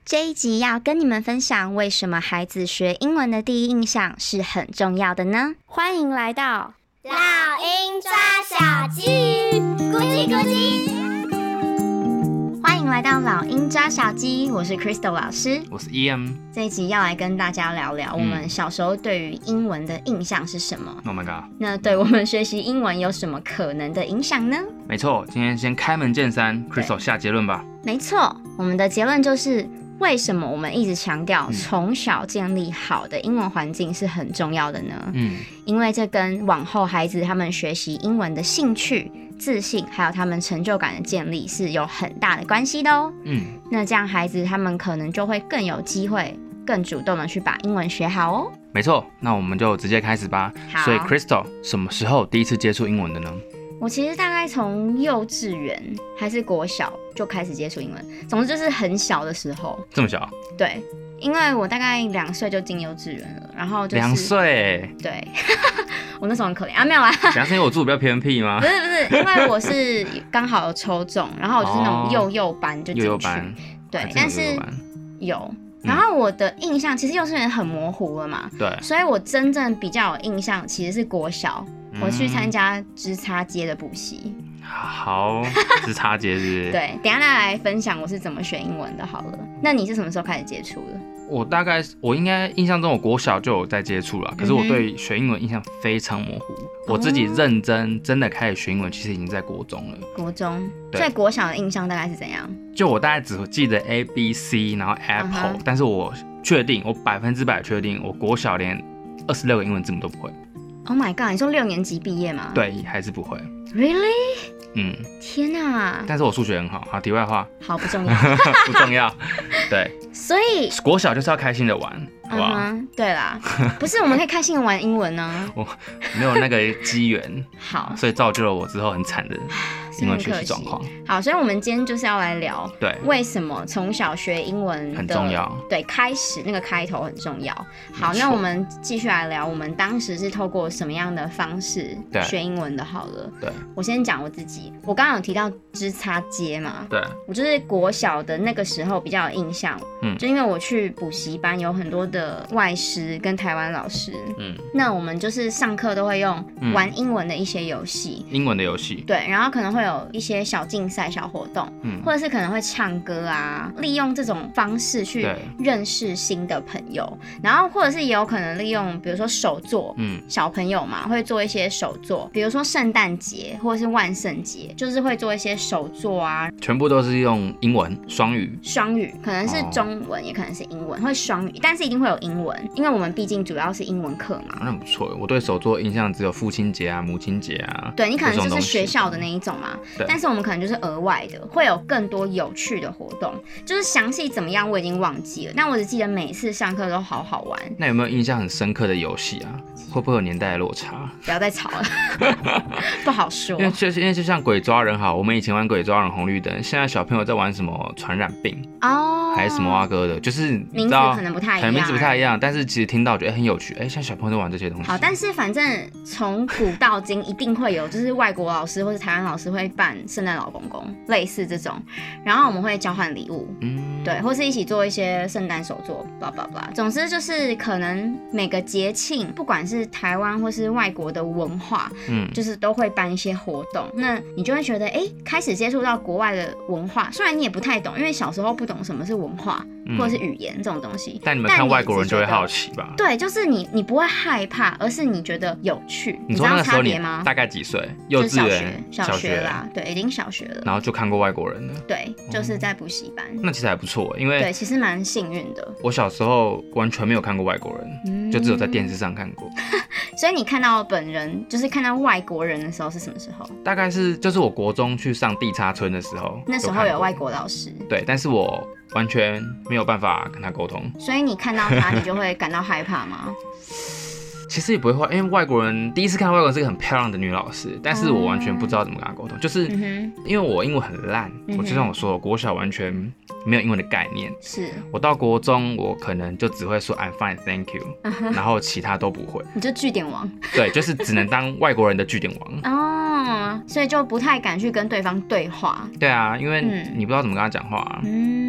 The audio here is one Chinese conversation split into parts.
这一集要跟你们分享为什么孩子学英文的第一印象是很重要的呢？欢迎来到老鹰抓小鸡，咕叽咕叽。 欢迎来到老鹰抓小鸡，我是 Crystal 老师， 我是 EM。 这一集要来跟大家聊聊我们小时候对于英文的印象是什么。 Oh my god！ 那对我们学习英文有什么可能的影响呢？ 没错，今天先开门见山 ，Crystal 下结论吧。 没错，我们的结论就是为什么我们一直强调从小建立好的英文环境是很重要的呢？因为这跟往后孩子他们学习英文的兴趣、自信，还有他们成就感的建立是有很大的关系的哦。那这样孩子他们可能就会更有机会、更主动的去把英文学好哦。 没错，那我们就直接开始吧。所以 Crystal 什么时候第一次接触英文的呢？ 我其实大概从幼稚园还是国小就开始接触英文，总之就是很小的时候。 这么小？ 对，因为我大概2岁就进幼稚园了，然后就是 2岁， 对，我那时候很可怜啊，没有啦。 2岁因为我住比较偏僻吗？ 不是，因为我是刚好有抽中，然后我就是那种幼班就进去， 幼班， 对，但是有。然后我的印象其实幼稚园很模糊了嘛， 对， 所以我真正比较有印象其实是国小，我去参加枝插街的补习。 好，枝插街是不是？ 对，等一下来分享我是怎么学英文的好了。那你是什么时候开始接触的？ 我应该印象中我国小就有在接触了，可是我对学英文印象非常模糊。我自己认真的开始学英文，其实已经在国中了。国中， 所以国小的印象大概是怎样？ 就我大概只记得 A B C， 然后 Apple，但是我确定，我100%确定，我国小连26个英文字母都不会。 Oh my god！ 你说6年级毕业吗？ 对，还是不会。 Really？天哪！ 但是我数学很好。好，题外话。 好，不重要。 不重要。对。 所以国小就是要开心的玩，好不好？ 对啦，不是我们可以开心的玩英文呢。 我没有那个机缘。 好， 所以造就了我之后很惨的英文学习状况。 好，所以我们今天就是要来聊， 对， 为什么从小学英文很重要？ 对，开始那个开头很重要。好，那我们继续来聊，我们当时是透过什么样的方式学英文的？好了， 对， 我先讲我自己。我刚刚有提到枝插街嘛， 对， 我就是国小的那个时候比较有印象，就因为我去补习班，有很多的外师跟台湾老师，那我们就是上课都会用玩英文的一些游戏， 英文的游戏， 对，然后可能会有一些小竞赛、小活动，或者是可能会唱歌啊，利用这种方式去认识新的朋友，然后或者是也有可能利用，比如说手作，小朋友嘛会做一些手作，比如说圣诞节或者是万圣节，就是会做一些手作啊， 全部都是用英文双语， 可能是中文，也可能是英文，会双语，但是一定会有英文，因为我们毕竟主要是英文课嘛。 那不错，我对手作印象只有父亲节啊、母亲节啊， 对，你可能就是学校的那一种嘛，但是我们可能就是额外的，会有更多有趣的活动，就是详细怎么样我已经忘记了，但我只记得每次上课都好好玩。 那有没有印象很深刻的游戏啊？会不会有年代的落差？ 不要再吵了，不好说。 因为就像鬼抓人好，我们以前玩鬼抓人红绿灯，现在小朋友在玩什么传染病还是什么蛙哥的，就是名字可能不太一样， 名字不太一样，但是其实听到觉得很有趣。现在小朋友都玩这些东西。 好，但是反正从古到今一定会有，就是外国老师或是台湾老师会办圣诞老公公，类似这种，然后我们会交换礼物，对，或是一起做一些圣诞手作，blah blah blah。总之就是可能每个节庆，不管是台湾或是外国的文化，就是都会办一些活动，那你就会觉得，开始接触到国外的文化，虽然你也不太懂，因为小时候不懂什么是文化或者是语言这种东西， 但你们看外国人就会好奇吧？ 对，就是你不会害怕，而是你觉得有趣。 你知道差别吗？大概几岁？幼稚园、 小学啦，对，已经小学了。 然后就看过外国人了。 对，就是在补习班。 那其实还不错，因为对，其实蛮幸运的。 我小时候完全没有看过外国人，就只有在电视上看过。 所以你看到本人，就是看到外国人的时候是什么时候？ 大概就是我国中去上地插村的时候， 那时候有外国老师。 对，但是我完全没有办法跟他沟通。 所以你看到他，你就会感到害怕吗？ 其实也不会坏，因为外国人第一次看到外国人是个很漂亮的女老师，但是我完全不知道怎么跟她沟通，就是因为我英文很烂，我就像我说，国小完全没有英文的概念， 是我到国中我可能就只会说 I'm fine, thank you，然后其他都不会。 你就句点王。 对，就是只能当外国人的句点王。 哦，所以就不太敢去跟对方对话。 对啊，因为你不知道怎么跟他讲话啊。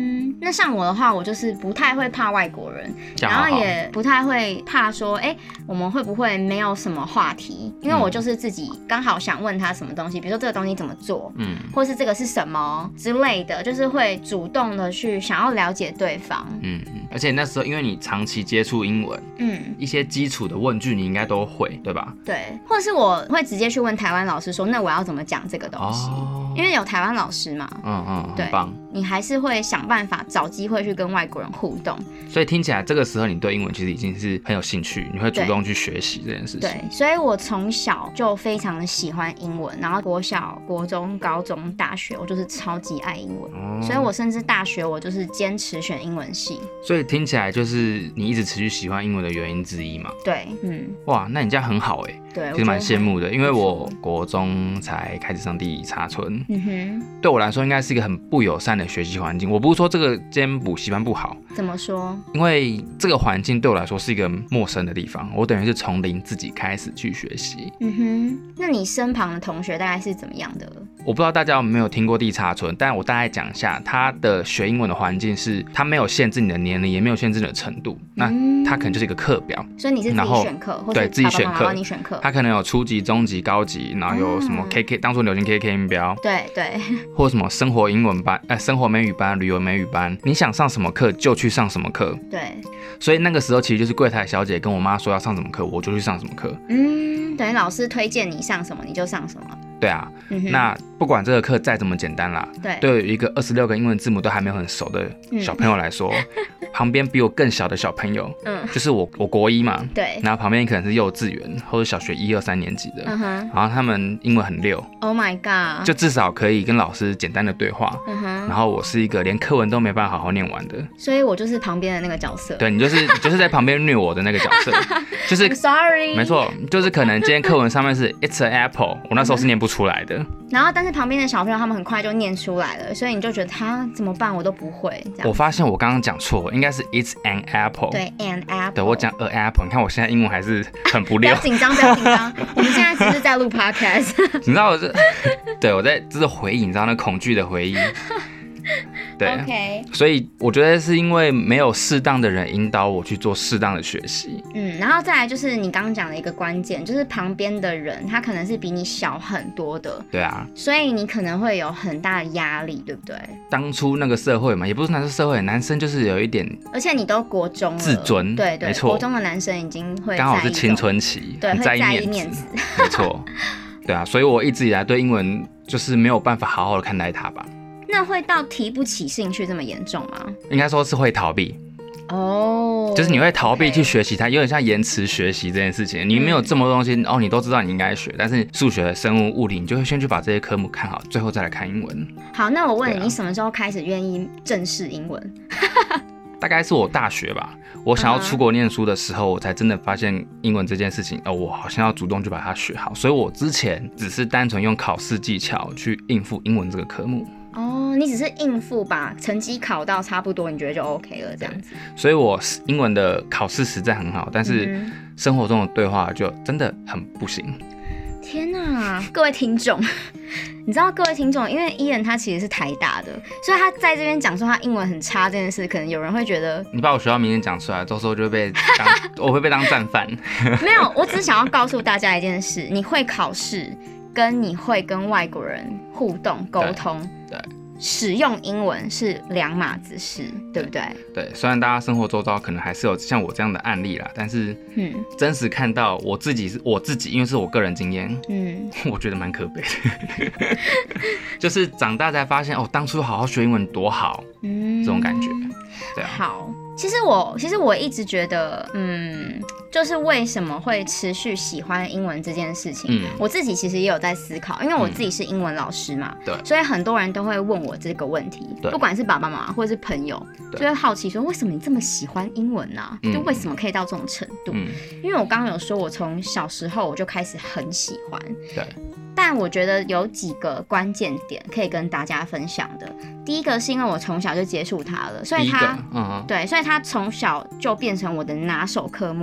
那像我的话，我就是不太会怕外国人，然后也不太会怕说，我们会不会没有什么话题？因为我就是自己刚好想问他什么东西，比如说这个东西怎么做，或是这个是什么之类的，就是会主动的去想要了解对方。 而且那时候因为你长期接触英文，一些基础的问句你应该都会，对吧？ 对，或者是我会直接去问台湾老师说，那我要怎么讲这个东西？因为有台湾老师嘛，对，很棒。你还是会想办法找机会去跟外国人互动。 所以听起来这个时候你对英文其实已经是很有兴趣，你会主动去学习这件事情。 对，所以我从小就非常的喜欢英文，然后国小、国中、高中、大学，我就是超级爱英文，所以我甚至大学我就是坚持选英文系。 所以听起来就是你一直持续喜欢英文的原因之一嘛？ 对， 哇，那你这样很好对， 其实蛮羡慕的，因为我国中才开始上第一茶村，对我来说应该是一个很不友善的学习环境。我不是说这个间补习班不好， 怎么说？ 因为这个环境对我来说是一个陌生的地方，我等于是从零自己开始去学习。 那你身旁的同学大概是怎么样的？ 我不知道大家有没有听过第一茶村，但我大概讲一下，他的学英文的环境是，他没有限制你的年龄，也没有限制你的程度，那他可能就是一个课表， 所以你是自己选课，或者自己选课， 帮你选课。 他可能有初级、中级、高级，然后有什么 KK，当初流行 KK 音标， 对， 或什么生活英文班、生活美语班、旅游美语班，你想上什么课就去上什么课。 对， 所以那个时候其实就是柜台小姐跟我妈说要上什么课，我就去上什么课。 等于老师推荐你上什么，你就上什么。 对啊，那不管这个课再怎么简单啦，对于一个26个英文字母都还没有很熟的小朋友来说，旁边比我更小的小朋友，就是我国一嘛， 对， 然后旁边可能是幼稚园或者小学1、2、3年级的，然后他们英文很溜 ，Oh my god， 就至少可以跟老师简单的对话，然后我是一个连课文都没办法好好念完的， 所以我就是旁边的那个角色， 对，你就是在旁边虐我的那个角色，就是 I'm sorry， 没错，就是可能今天课文上面是 It's an apple， 我那时候是念不出来的。 然后，但是旁边的小朋友他们很快就念出来了，所以你就觉得他怎么办？我都不会。 我发现我刚刚讲错，应该是 It's an apple。 对 ，an apple。 对，我讲 a apple。你看我现在英文还是很不溜。 不要紧张，不要紧张。我们现在只是在录 podcast。 你知道我是，对我在这是回忆，你知道那恐惧的回忆。对 ，OK， 所以我觉得是因为没有适当的人引导我去做适当的学习。 然后再来就是你刚刚讲的一个关键，就是旁边的人他可能是比你小很多的。 对啊， 所以你可能会有很大的压力，对不对？ 当初那个社会嘛，也不是男生社会，男生就是有一点， 而且你都国中了， 自尊， 对， 没错， 国中的男生已经会刚好是青春期， 对， 很在意面子，没错，对啊，所以我一直以来对英文就是没有办法好好的看待它吧。 那会到提不起兴趣这么严重吗？ 应该说是会逃避。就是你会逃避去学习它，有点像延迟学习这件事情。你没有这么多东西你都知道你应该学，但是数学、生物、物理，你就会先去把这些科目看好，最后再来看英文。 好，那我问你，你什么时候开始愿意正视英文？ 大概是我大学吧，我想要出国念书的时候，我才真的发现英文这件事情，我好像要主动去把它学好。所以我之前只是单纯用考试技巧去应付英文这个科目。 你只是应付把成绩考到差不多，你觉得就 OK 了这样子。 所以我英文的考试实在很好，但是生活中的对话就真的很不行。 天哪，各位听众，你知道各位听众，因为Ian他其实是台大的，所以他在这边讲说他英文很差这件事，可能有人会觉得你把我学校名字讲出来，到时候就会被我会被当战犯。 没有，我只是想要告诉大家一件事：你会考试，跟你会跟外国人互动沟通，对。使用英文是两码子事，对不对？ 对，虽然大家生活周遭可能还是有像我这样的案例啦，但是真实看到我自己，因为是我个人经验，我觉得蛮可悲的。就是长大才发现，当初好好学英文多好，这种感觉。对啊。好， 其实我一直觉得，就是为什么会持续喜欢英文这件事情，我自己其实也有在思考，因为我自己是英文老师嘛，对，所以很多人都会问我这个问题，不管是爸爸妈妈或者是朋友，就会好奇说，为什么你这么喜欢英文啊？就为什么可以到这种程度？因为我刚刚有说，我从小时候我就开始很喜欢，对。但我觉得有几个关键点可以跟大家分享的。第一个是因为我从小就接触它了，所以它，对，所以它从小就变成我的拿手科目。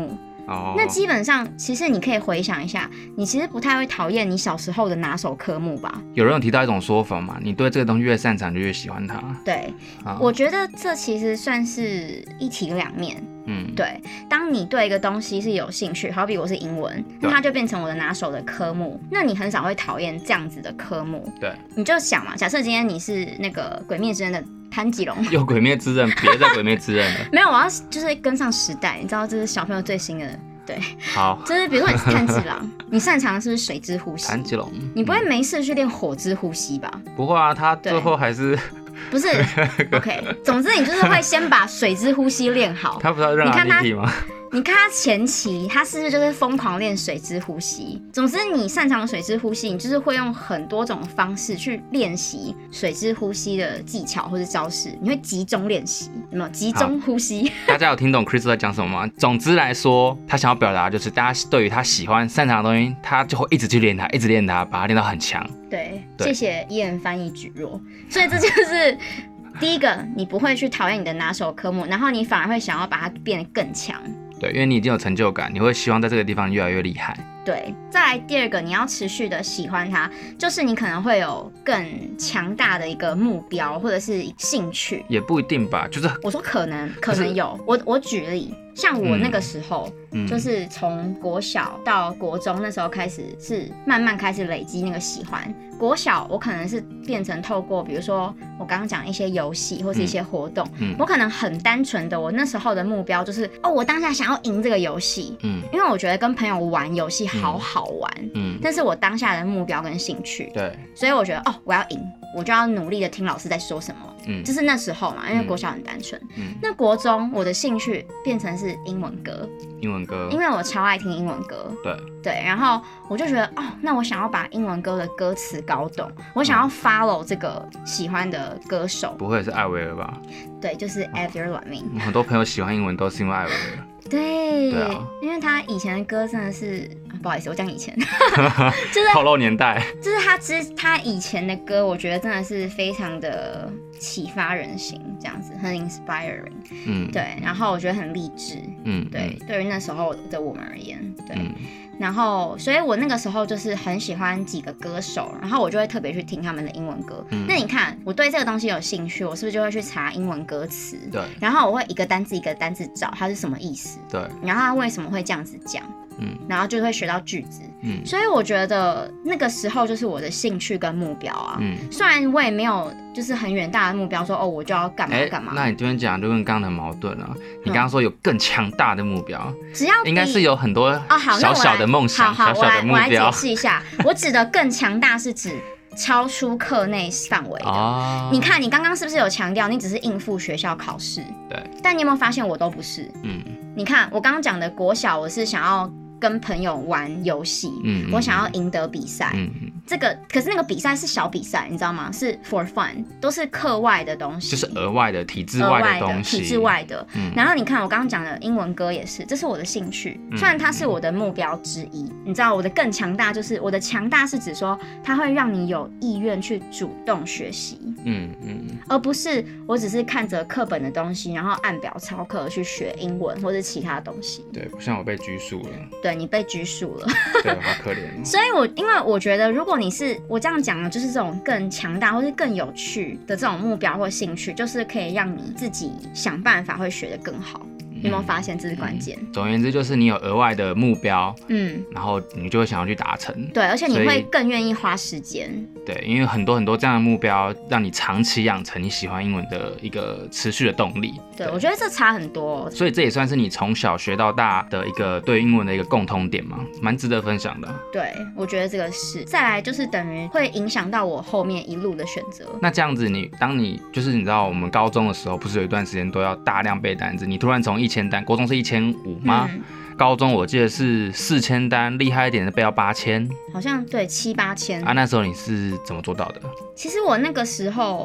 那基本上其实你可以回想一下，你其实不太会讨厌你小时候的拿手科目吧？ 有人有提到一种说法嘛，你对这个东西越擅长就越喜欢它。 对，我觉得这其实算是一体两面。对，当你对一个东西是有兴趣，好比我是英文，那它就变成我的拿手的科目，那你很少会讨厌这样子的科目。 对， 你就想嘛，假设今天你是那个《鬼灭之刃》的潘吉龙， 有《鬼灭之刃》，别再《鬼灭之刃》了。 没有，我要就是跟上时代，你知道这是小朋友最新的。对， 好， 就是比如说你是炭治郎，你擅长的是不是水之呼吸？ 炭治郎， 你不会没事去练火之呼吸吧？ 不会啊，他最后还是不是 OK。总之你就是会先把水之呼吸练好。 他不是要让他立体吗？ 你看他前期，他是不是就是疯狂练水之呼吸？总之，你擅长水之呼吸，你就是会用很多种方式去练习水之呼吸的技巧或者招式，你会集中练习，有没有？集中呼吸。 大家有听懂 Chris 在讲什么吗？总之来说，他想要表达就是，大家对于他喜欢擅长的东西，他就会一直去练它，一直练它，把它练到很强。 对，谢谢伊人翻译举弱。所以这就是第一个，你不会去讨厌你的拿手科目，然后你反而会想要把它变得更强。 对，因为你已经有成就感，你会希望在这个地方越来越厉害。 对，再来第二个，你要持续的喜欢它，就是你可能会有更强大的一个目标或者是兴趣。也不一定吧，就是我说可能有。我举例，像我那个时候，就是从国小到国中那时候开始，是慢慢开始累积那个喜欢。国小我可能是变成透过，比如说我刚刚讲一些游戏或是一些活动，我可能很单纯的，我那时候的目标就是我当下想要赢这个游戏，因为我觉得跟朋友玩游戏好好玩，但是我当下的目标跟兴趣， 对， 所以我觉得我要赢，我就要努力的听老师在说什么，就是那时候嘛，因为国小很单纯，那国中我的兴趣变成是英文歌，因为我超爱听英文歌，对，然后我就觉得那我想要把英文歌的歌词搞懂，我想要 follow 这个喜欢的歌手， 不会是艾薇儿吧？ 对，就是 Avril Lavigne。 很多朋友喜欢英文都是因为艾薇儿。 对啊，因为他以前的歌真的是，不好意思，我讲以前，就是透露年代， 就是他以前的歌，我觉得真的是非常的启发人心，这样子很 inspiring，对，然后我觉得很励志，对，对于那时候的我们而言，对。然后，所以我那个时候就是很喜欢几个歌手，然后我就会特别去听他们的英文歌。那你看，我对这个东西有兴趣，我是不是就会去查英文歌词？ 对。 然后我会一个单字一个单字找它是什么意思。 对。 然后它为什么会这样子讲？然后就会学到句子。所以我觉得那个时候就是我的兴趣跟目标啊。虽然我也没有就是很远大的目标，说我就要干嘛干嘛。 那你这边讲就跟刚刚的矛盾了。你刚刚说有更强大的目标， 只要应该是有很多小小的梦想，小小的目标。 我来解释一下，我指的更强大是指超出课内范围的。你看，你刚刚是不是有强调你只是应付学校考试？对。但你有没有发现我都不是？你看我刚刚讲的国小，我是想要跟朋友玩游戏，我想要赢得比赛，这个可是那个比赛是小比赛，你知道吗？是 for fun， 都是课外的东西， 就是额外的、体制外的东西， 体制外的。然后你看我刚刚讲的英文歌也是，这是我的兴趣，虽然它是我的目标之一。你知道我的更强大就是我的强大是指说它会让你有意愿去主动学习，而不是我只是看着课本的东西，然后按表操课去学英文或是其他东西。 对，不像我被拘束了。 对，你被拘束了。 对，好可怜。 所以因为我觉得，如果你是我这样讲的，就是这种更强大或是更有趣的这种目标或兴趣，就是可以让你自己想办法会学得更好。你有没有发现这是关键？ 总而言之，就是你有额外的目标，然后你就会想要去达成。 对，而且你会更愿意花时间。 对，因为很多这样的目标，让你长期养成你喜欢英文的一个持续的动力。 对，我觉得这差很多。 所以这也算是你从小学到大的一个对英文的一个共通点嘛，蛮值得分享的。 对，我觉得这个是。再来就是等于会影响到我后面一路的选择。 那这样子当你就是你知道我们高中的时候，不是有一段时间都要大量背单词，你突然从1000单，国中是1500吗？高中我记得是4000单，厉害一点的背到8000， 好像对7、8千啊。那时候你是怎么做到的？ 其实我那个时候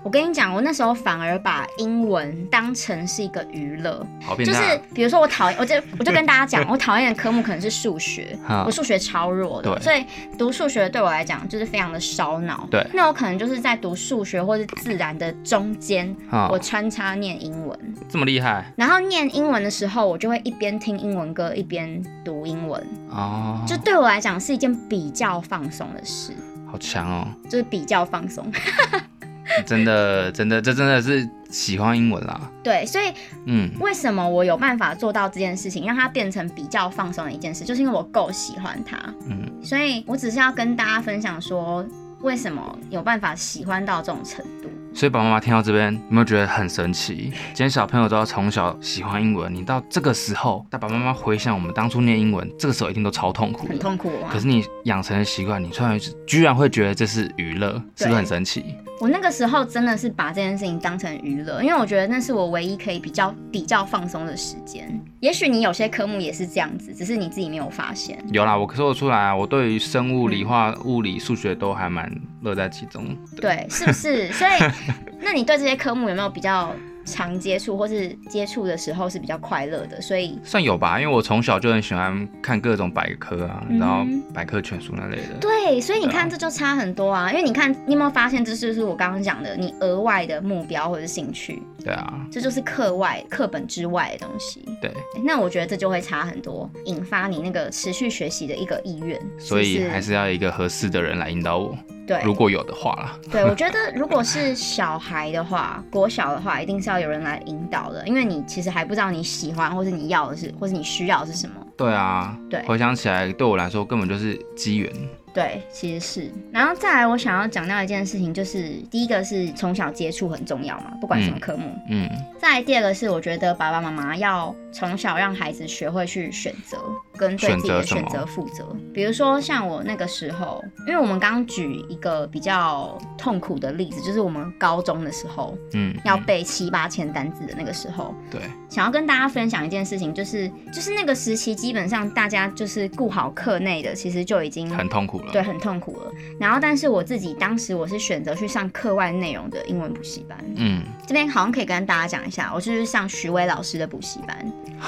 我跟你讲，我那时候反而把英文当成是一个娱乐， 好变态。 就是比如说我讨厌，我就跟大家讲，我讨厌的科目可能是数学，我数学超弱的，所以读数学对我来讲就是非常的烧脑。 对， 那我可能就是在读数学或是自然的中间，我穿插念英文， 这么厉害。 然后念英文的时候，我就会一边听英文歌一边读英文。哦，就对我来讲是一件比较放松的事。 好强哦， 就是比较放松。 真的，这真的是喜欢英文啦。 对，所以为什么我有办法做到这件事情，让它变成比较放松的一件事，就是因为我够喜欢它。所以我只是要跟大家分享说，为什么有办法喜欢到这种程度。 所以爸爸妈妈听到这边，有没有觉得很神奇？今天小朋友都要从小喜欢英文，你到这个时候，爸爸妈妈回想我们当初念英文，这个时候一定都超痛苦， 很痛苦啊。 可是你养成的习惯，你居然会觉得这是娱乐，是不是很神奇？ 我那个时候真的是把这件事情当成娱乐，因为我觉得那是我唯一可以比较放松的时间。也许你有些科目也是这样子，只是你自己没有发现。 有啦，我说得出来啊，我对于生物、理化、物理、数学都还蛮乐在其中。 对，是不是？所以，那你对这些科目有没有比较常接触，或是接触的时候是比较快乐的？所以算有吧，因为我从小就很喜欢看各种百科啊，然后百科全书那类的。 对，所以你看这就差很多啊。因为你看，你有没有发现这就是我刚刚讲的，你额外的目标或者兴趣？对啊，这就是课本之外的东西。对，那我觉得这就会差很多，引发你那个持续学习的一个意愿。 所以还是要一个合适的人来引导我。对，如果有的话啦。 对，我觉得如果是小孩的话，国小的话，一定是要有人来引导的，因为你其实还不知道你喜欢，或是你要的是，或是你需要的是什么。 对啊，对，回想起来，对我来说根本就是机缘。 对，其实是。然后再来，我想要讲到一件事情，就是第一个是从小接触很重要嘛，不管什么科目。再来第二个是，我觉得爸爸妈妈要从小让孩子学会去选择，跟对自己的选择负责。比如说像我那个时候，因为我们刚举一个比较痛苦的例子，就是我们高中的时候，要背7、8千单字的那个时候。对。想要跟大家分享一件事情，就是那个时期，基本上大家就是顾好课内的，其实就已经很痛苦了。 对，很痛苦了。然后，但是我自己当时我是选择去上课外内容的英文补习班。这边好像可以跟大家讲一下，我就是上徐伟老师的补习班。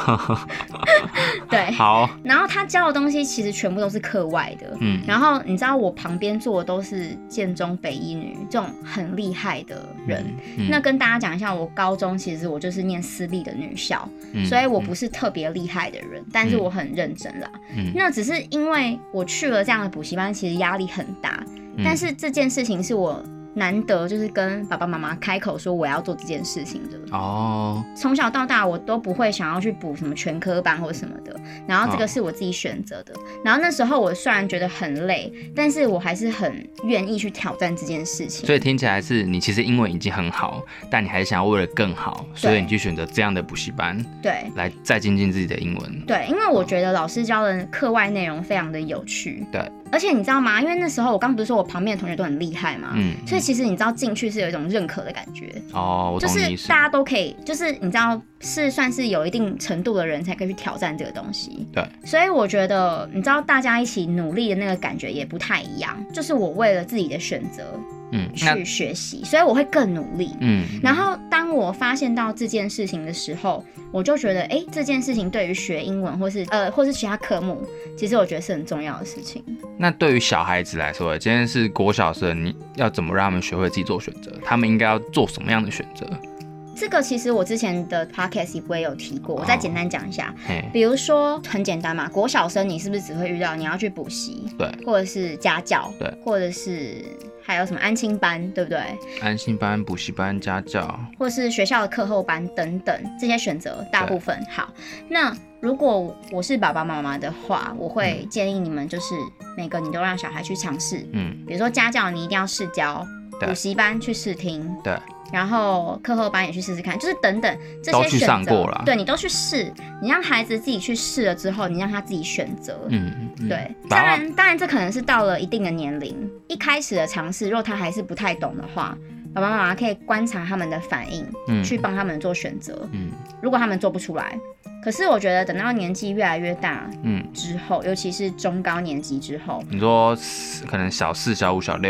对，好。然后他教的东西其实全部都是课外的。然后你知道我旁边坐的都是建中、北一女这种很厉害的人。那跟大家讲一下，我高中其实我就是念私立的女校，所以我不是特别厉害的人，但是我很认真啦。那只是因为我去了这样的补习班，其实压力很大。但是这件事情是我难得就是跟爸爸妈妈开口说我要做这件事情的。从小到大我都不会想要去补什么全科班或什么的，然后这个是我自己选择的。然后那时候我虽然觉得很累，但是我还是很愿意去挑战这件事情。 所以听起来是你其实英文已经很好，但你还是想要为了更好，所以你去选择这样的补习班，对，来再精进自己的英文。 对，因为我觉得老师教的课外内容非常的有趣。对。而且你知道吗？因为那时候我刚不是说我旁边的同学都很厉害嘛，所以其实你知道进去是有一种认可的感觉。我懂你意思。就是大家都可以，就是你知道是算是有一定程度的人才可以去挑战这个东西。对。所以我觉得你知道大家一起努力的那个感觉也不太一样。就是我为了自己的选择。去学习，所以我会更努力。然后当我发现到这件事情的时候，我就觉得，这件事情对于学英文或是其他科目，其实我觉得是很重要的事情。 那对于小孩子来说，今天是国小生，你要怎么让他们学会自己做选择？他们应该要做什么样的选择？ 这个其实我之前的 podcast 我也有提过，我再简单讲一下。比如说很简单嘛，国小生你是不是只会遇到你要去补习，对，或者是家教，对，或者是还有什么安亲班，对不对？安亲班、补习班、家教， 或是学校的课后班等等，这些选择大部分好。那如果我是爸爸妈妈的话，我会建议你们就是每个你都让小孩去尝试。比如说家教你一定要试教，补习班去试听，对。然后课后班也去试试看，就是等等这些选择都去上过了， 对，你都去试，你让孩子自己去试了之后，你让他自己选择。对，当然这可能是到了一定的年龄，一开始的尝试，如果他还是不太懂的话，爸爸妈妈可以观察他们的反应，去帮他们做选择。如果他们做不出来，可是我觉得等到年纪越来越大，之后，尤其是中高年级之后， 你说可能小4、小5、小6。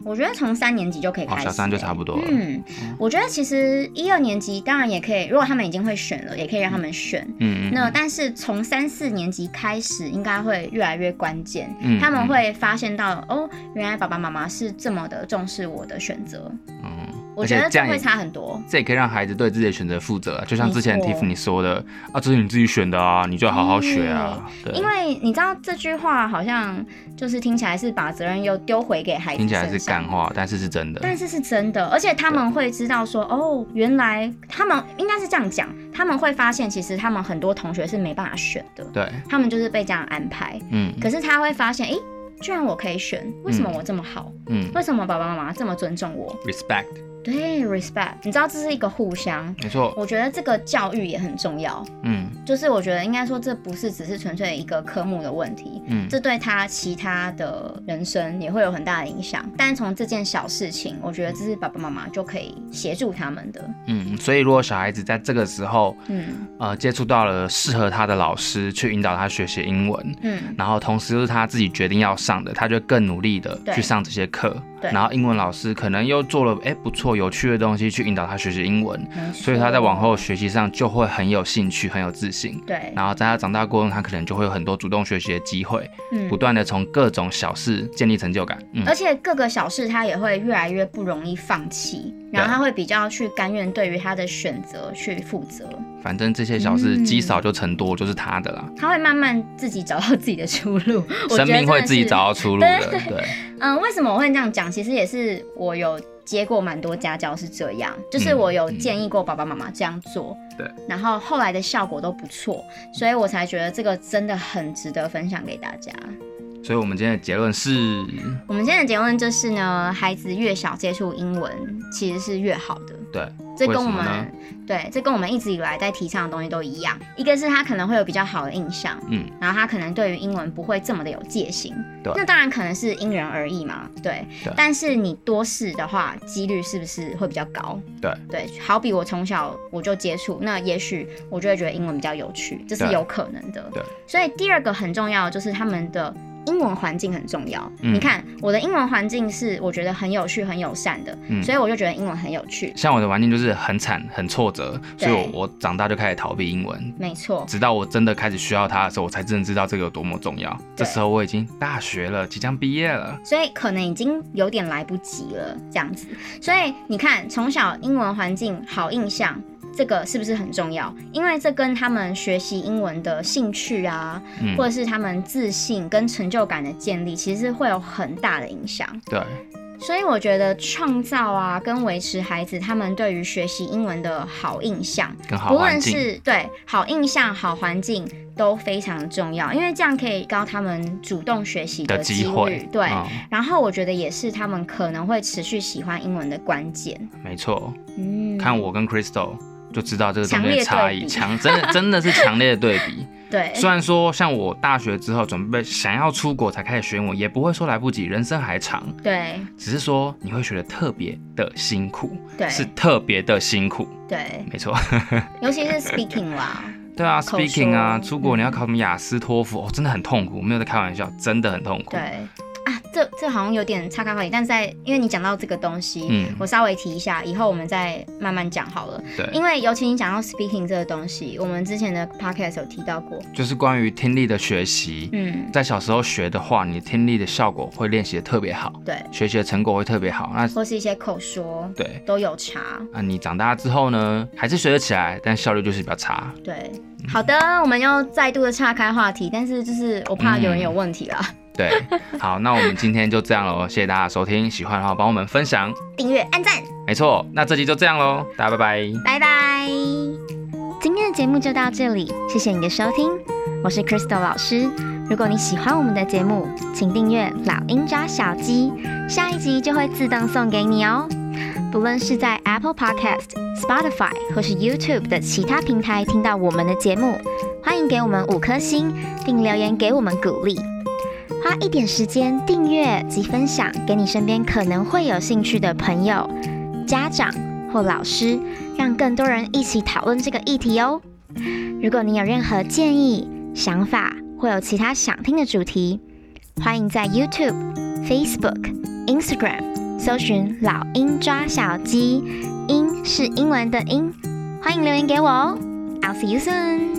我觉得从3年级就可以开始， 小3就差不多了。 我觉得其实1、2年级当然也可以，如果他们已经会选了，也可以让他们选。那但是从3、4年级开始，应该会越来越关键。他们会发现到原来爸爸妈妈是这么的重视我的选择。我觉得这会差很多， 这也可以让孩子对自己的选择负责。就像之前 Tiffany 说的这是你自己选的啊，你就要好好学啊。对， 因为你知道这句话好像就是听起来是把责任又丢回给孩子身上， 听起来是干话，但是是真的。 但是是真的，而且他们会知道说，原来他们应该是这样讲，他们会发现其实他们很多同学是没办法选的， 对， 他们就是被这样安排。可是他会发现，居然我可以选，为什么我这么好？为什么爸爸妈妈这么尊重我 ？Respect。 对 ，respect， 你知道这是一个互相， 没错。 我觉得这个教育也很重要。就是我觉得应该说这不是只是纯粹一个科目的问题，这对他其他的人生也会有很大的影响。但从这件小事情，我觉得这是爸爸妈妈就可以协助他们的。 所以如果小孩子在这个时候，接触到了适合他的老师，去引导他学习英文，然后同时又是他自己决定要上的，他就更努力的去上这些课。然后英文老师可能又做了不错有趣的东西去引导他学习英文，所以他在往后学习上就会很有兴趣，很有自信。 对， 然后在他长大过程中，他可能就会有很多主动学习的机会，不断的从各种小事建立成就感。 而且各个小事他也会越来越不容易放弃，然后他会比较去甘愿对于他的选择去负责。 反正这些小事积少就成多，就是他的啦。 他会慢慢自己找到自己的出路， 生命会自己找到出路的。对， 为什么我会这样讲？其实也是我有接过蛮多家教是这样，就是我有建议过爸爸妈妈这样做， 对， 然后后来的效果都不错，所以我才觉得这个真的很值得分享给大家。 所以我们今天的结论是， 我们今天的结论就是呢，孩子越小接触英文其实是越好的。 对， 这跟我们一直以来在提倡的东西都一样。一个是他可能会有比较好的印象，然后他可能对于英文不会这么的有戒心。 对， 那当然可能是因人而异嘛，对。但是你多试的话，几率是不是会比较高？对，好比我从小我就接触，那也许我就会觉得英文比较有趣，这是有可能的。 对， 所以第二个很重要的就是他们的英文环境很重要。你看我的英文环境是我觉得很有趣很友善的，所以我就觉得英文很有趣。 像我的环境就是很惨很挫折，所以我长大就开始逃避英文。 没错， 直到我真的开始需要它的时候，我才真的知道这个有多么重要。这时候我已经大学了，即将毕业了， 所以可能已经有点来不及了这样子。所以你看从小英文环境好印象，这个是不是很重要？因为这跟他们学习英文的兴趣啊，或者是他们自信跟成就感的建立，其实会有很大的影响。 对， 所以我觉得创造啊，跟维持孩子他们对于学习英文的好印象， 跟好环境， 不论是对好印象、好环境都非常重要，因为这样可以高他们主动学习的机会。对，然后我觉得也是他们可能会持续喜欢英文的关键。 没错，看我跟 Crystal。就知道这个中间的差异，真的是强烈的对比。 对， 虽然说像我大学之后准备想要出国才开始学英文，也不会说来不及，人生还长。 对， 只是说你会学得特别的辛苦， 对， 是特别的辛苦。 对， 没错。 尤其是 speaking 啦。 对啊 ，speaking 啊，出国你要考什么雅思、托福，真的很痛苦，没有在开玩笑，真的很痛苦。 对。这好像有点岔开话题，但是因为你讲到这个东西，我稍微提一下，以后我们再慢慢讲好了。 对， 因为尤其你讲到 speaking 这个东西，我们之前的 podcast 有提到过， 就是关于听力的学习。在小时候学的话，你听力的效果会练习的特别好， 对， 学习的成果会特别好。那或是一些口说， 对， 都有差。 你长大之后呢，还是学得起来，但效率就是比较差。 对，好的，我们又再度的岔开话题，但是就是我怕有人有问题啦。 对，好，那我们今天就这样咯，谢谢大家收听，喜欢的话帮我们分享、 订阅、按赞。 没错，那这集就这样咯，大家拜拜， 拜拜。今天的节目就到这里，谢谢你的收听，我是 Crystal 老师。如果你喜欢我们的节目，请订阅老鹰抓小鸡，下一集就会自动送给你哦。不论是在 Apple Podcast、Spotify 或是 YouTube 的其他平台听到我们的节目，欢迎给我们5颗星，并留言给我们鼓励。花一点时间订阅及分享给你身边可能会有兴趣的朋友、家长或老师，让更多人一起讨论这个议题哦。如果你有任何建议、想法，或有其他想听的主题，欢迎在 YouTube、Facebook、Instagram 搜寻老鹰抓小鸡，鹰是英文的鹰。欢迎留言给我哦。I'll see you soon.